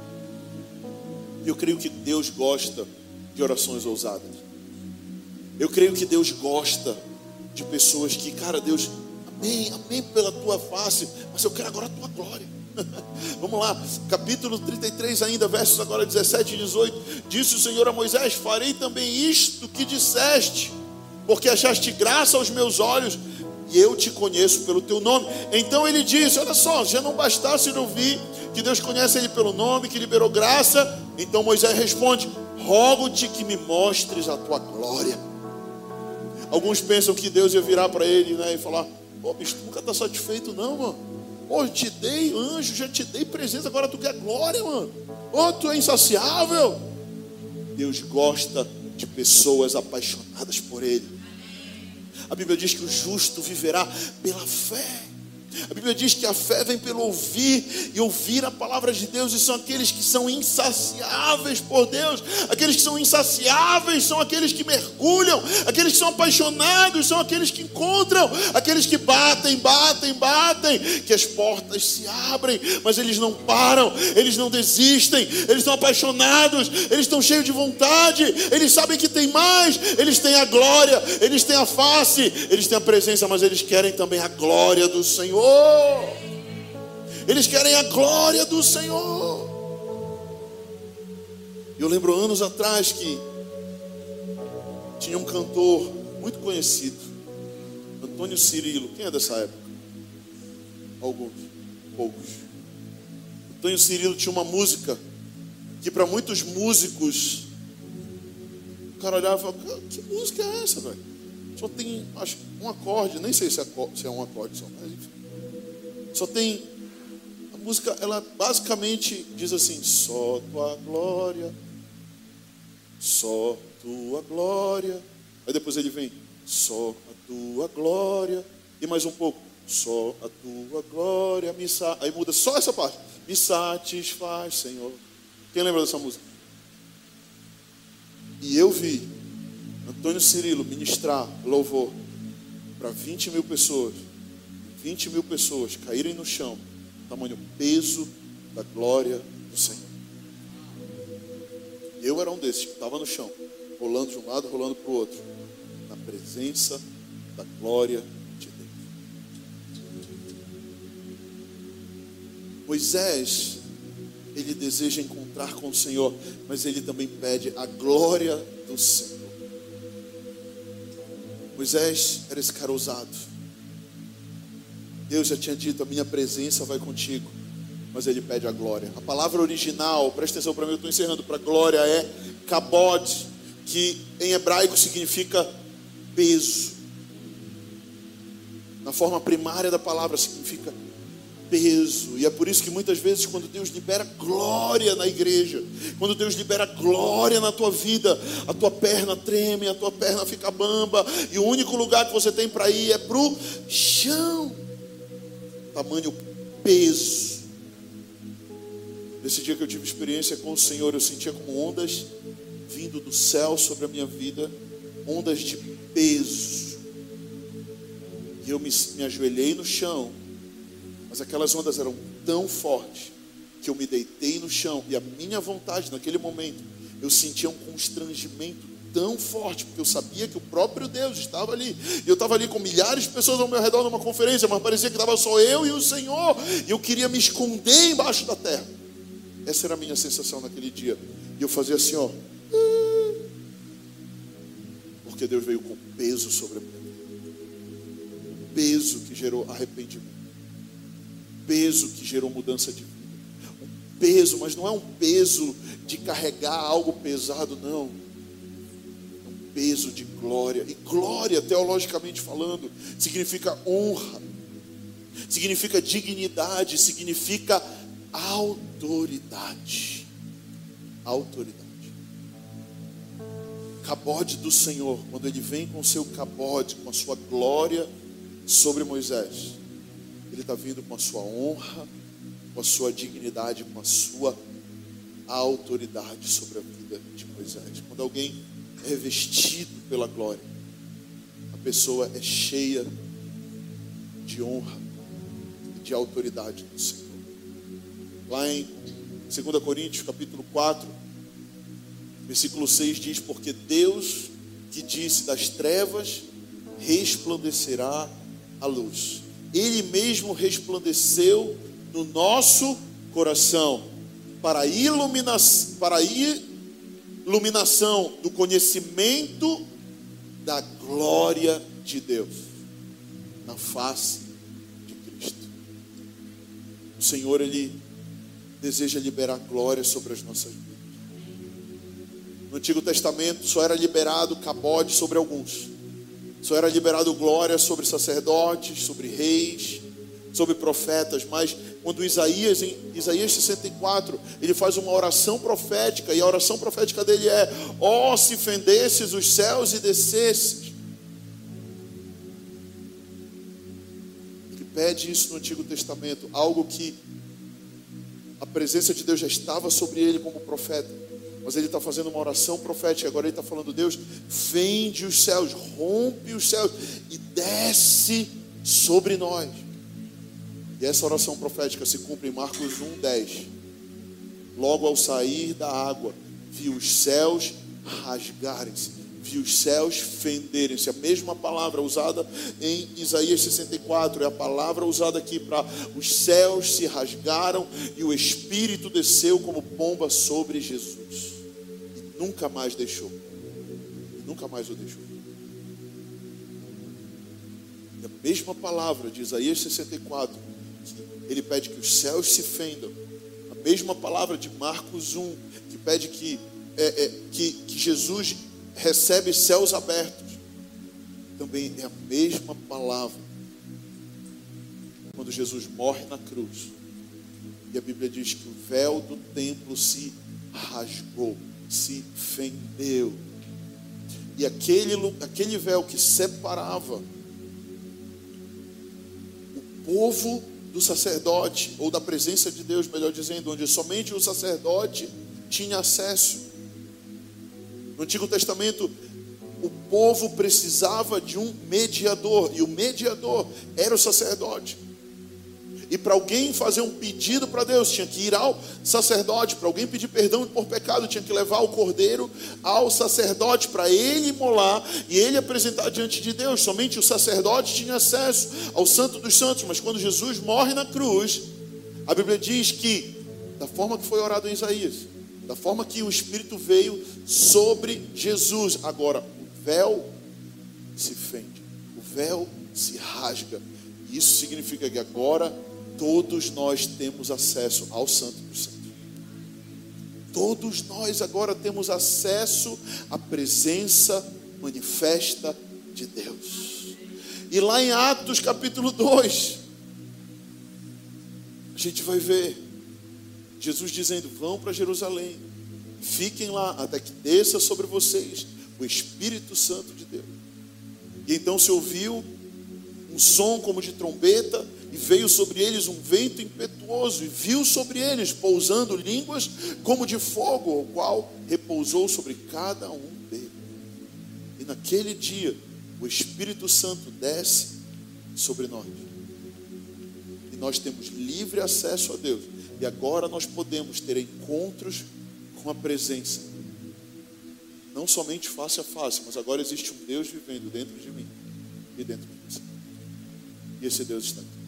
Speaker 2: Eu creio que Deus gosta de orações ousadas. Eu creio que Deus gosta de pessoas que, cara, Deus, amém, amém pela tua face, mas eu quero agora a tua glória. Vamos lá, capítulo 33 ainda, versos agora 17 e 18. Disse o Senhor a Moisés: farei também isto que disseste, porque achaste graça aos meus olhos, e eu te conheço pelo teu nome. Então ele disse: olha só, já não bastasse ele ouvir que Deus conhece ele pelo nome, que liberou graça. Então Moisés responde: rogo-te que me mostres a tua glória. Alguns pensam que Deus ia virar para ele, né, e falar: pô, bicho, tu nunca está satisfeito não, mano. Pô, te dei anjo, já te dei presença, agora tu quer glória, mano. Pô, tu é insaciável. Deus gosta de pessoas apaixonadas por ele. A Bíblia diz que o justo viverá pela fé. A Bíblia diz que a fé vem pelo ouvir, e ouvir a palavra de Deus. E são aqueles que são insaciáveis por Deus. Aqueles que são insaciáveis são aqueles que mergulham. Aqueles que são apaixonados são aqueles que encontram. Aqueles que batem, batem, batem, que as portas se abrem, mas eles não param, eles não desistem. Eles estão apaixonados, eles estão cheios de vontade, eles sabem que tem mais. Eles têm a glória, eles têm a face, eles têm a presença, mas eles querem também a glória do Senhor. Eles querem a glória do Senhor. Eu lembro anos atrás que tinha um cantor muito conhecido, Antônio Cirilo. Quem é dessa época? Alguns, poucos. Antônio Cirilo tinha uma música que para muitos músicos, o cara olhava e falava: que música é essa, velho? Só tem, acho, um acorde, nem sei se é um acorde só, mas enfim. Só tem, a música, ela basicamente diz assim: só tua glória, só tua glória. Aí depois ele vem: só a tua glória. E mais um pouco: só a tua glória me Aí muda só essa parte: me satisfaz, Senhor. Quem lembra dessa música? E eu vi Antônio Cirilo ministrar louvor para 20 mil pessoas. 20 mil pessoas caírem no chão, tamanho peso da glória do Senhor. Eu era um desses que estava no chão, rolando de um lado, rolando para o outro, na presença da glória de Deus. Moisés, ele deseja encontrar com o Senhor, mas ele também pede a glória do Senhor. Moisés era esse cara ousado. Deus já tinha dito: a minha presença vai contigo, mas ele pede a glória. A palavra original, presta atenção para mim, eu estou encerrando, para glória é kabod, que em hebraico significa peso. Na forma primária da palavra significa peso. E é por isso que muitas vezes, quando Deus libera glória na igreja, quando Deus libera glória na tua vida, a tua perna treme, a tua perna fica bamba, e o único lugar que você tem para ir é para o chão. Tamanho peso Nesse dia que eu tive experiência com o Senhor, eu sentia como ondas vindo do céu sobre a minha vida, ondas de peso. E eu me ajoelhei no chão, mas aquelas ondas eram tão fortes que eu me deitei no chão, e a minha vontade naquele momento, eu sentia um constrangimento tão forte, porque eu sabia que o próprio Deus estava ali, e eu estava ali com milhares de pessoas ao meu redor numa conferência, mas parecia que estava só eu e o Senhor, e eu queria me esconder embaixo da terra. Essa era a minha sensação naquele dia, e eu fazia assim, ó, porque Deus veio com peso sobre a minha vida, peso que gerou arrependimento, peso que gerou mudança de vida, um peso, mas não é um peso de carregar algo pesado, não, é um peso de glória. E glória, teologicamente falando, significa honra, significa dignidade, significa autoridade. Autoridade. Cabode do Senhor, quando Ele vem com o seu cabode, com a sua glória sobre Moisés, Ele está vindo com a sua honra, com a sua dignidade, com a sua autoridade sobre a vida de Moisés. Quando alguém é revestido pela glória, a pessoa é cheia de honra e de autoridade do Senhor. Lá em 2 Coríntios capítulo 4, versículo 6 diz: porque Deus que disse das trevas resplandecerá a luz, Ele mesmo resplandeceu no nosso coração para a iluminação do conhecimento da glória de Deus na face de Cristo. O Senhor, Ele deseja liberar glória sobre as nossas vidas. No Antigo Testamento só era liberado cabode sobre alguns, só era liberado glória sobre sacerdotes, sobre reis, sobre profetas. Mas quando Isaías, em Isaías 64, ele faz uma oração profética, e a oração profética dele é: ó, se fendesses os céus e descesses. Ele pede isso no Antigo Testamento, algo que a presença de Deus já estava sobre ele como profeta, mas ele está fazendo uma oração profética. Agora ele está falando: Deus, fende os céus, rompe os céus e desce sobre nós. E essa oração profética se cumpre em Marcos 1:10. Logo ao sair da água, vi os céus rasgarem-se, vi os céus fenderem-se. A mesma palavra usada em Isaías 64 é a palavra usada aqui para os céus se rasgaram e o Espírito desceu como pomba sobre Jesus. E nunca mais deixou. E nunca mais o deixou. E a mesma palavra de Isaías 64, ele pede que os céus se fendam. A mesma palavra de Marcos 1, que pede que Jesus recebe céus abertos, também é a mesma palavra quando Jesus morre na cruz. E a Bíblia diz que o véu do templo se rasgou, se fendeu. E aquele véu que separava o povo do sacerdote, ou da presença de Deus, melhor dizendo, onde somente o sacerdote tinha acesso. No Antigo Testamento, o povo precisava de um mediador, e o mediador era o sacerdote. E para alguém fazer um pedido para Deus, tinha que ir ao sacerdote. Para alguém pedir perdão por pecado, tinha que levar o cordeiro ao sacerdote para ele imolar e ele apresentar diante de Deus. Somente o sacerdote tinha acesso ao Santo dos Santos. Mas quando Jesus morre na cruz, a Bíblia diz que, da forma que foi orado em Isaías, da forma que o Espírito veio sobre Jesus, agora o véu se fende, o véu se rasga. E isso significa que agora todos nós temos acesso ao Santo dos Santos. Todos nós agora temos acesso à presença manifesta de Deus. E lá em Atos capítulo 2, a gente vai ver Jesus dizendo: vão para Jerusalém, fiquem lá até que desça sobre vocês o Espírito Santo de Deus. E então se ouviu um som como de trombeta E veio sobre eles um vento impetuoso, e viu sobre eles pousando línguas como de fogo, o qual repousou sobre cada um deles. E naquele dia, o Espírito Santo desce sobre nós. E nós temos livre acesso a Deus. E agora nós podemos ter encontros com a presença. Não somente face a face, mas agora existe um Deus vivendo dentro de mim e dentro de você. E esse Deus está aqui.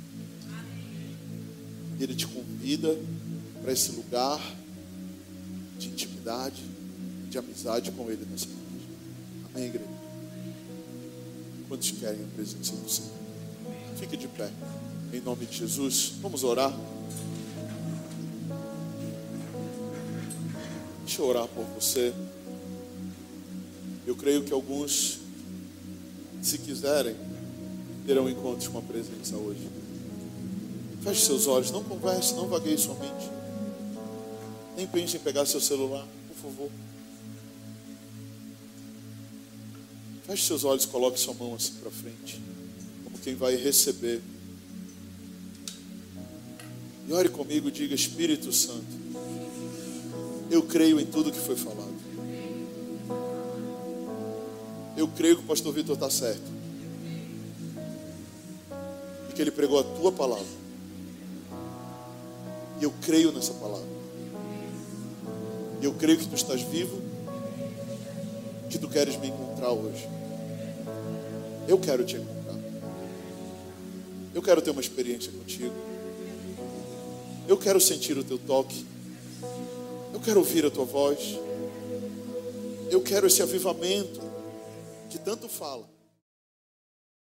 Speaker 2: Ele te convida para esse lugar de intimidade, de amizade com Ele nessa noite. Amém, igreja? Quantos querem a presença do Senhor? Fique de pé, em nome de Jesus. Vamos orar. Deixa eu orar por você. Eu creio que alguns, se quiserem, terão encontros com a presença hoje. Feche seus olhos, não converse, não vagueie sua mente. Nem pense em pegar seu celular, por favor. Feche seus olhos, coloque sua mão assim para frente, como quem vai receber. E ore comigo e diga: Espírito Santo, eu creio em tudo que foi falado. Eu creio que o pastor Vitor está certo. E que ele pregou a tua palavra. E eu creio nessa palavra. E eu creio que tu estás vivo. Que tu queres me encontrar hoje. Eu quero te encontrar. Eu quero ter uma experiência contigo. Eu quero sentir o teu toque. Eu quero ouvir a tua voz. Eu quero esse avivamento que tanto fala.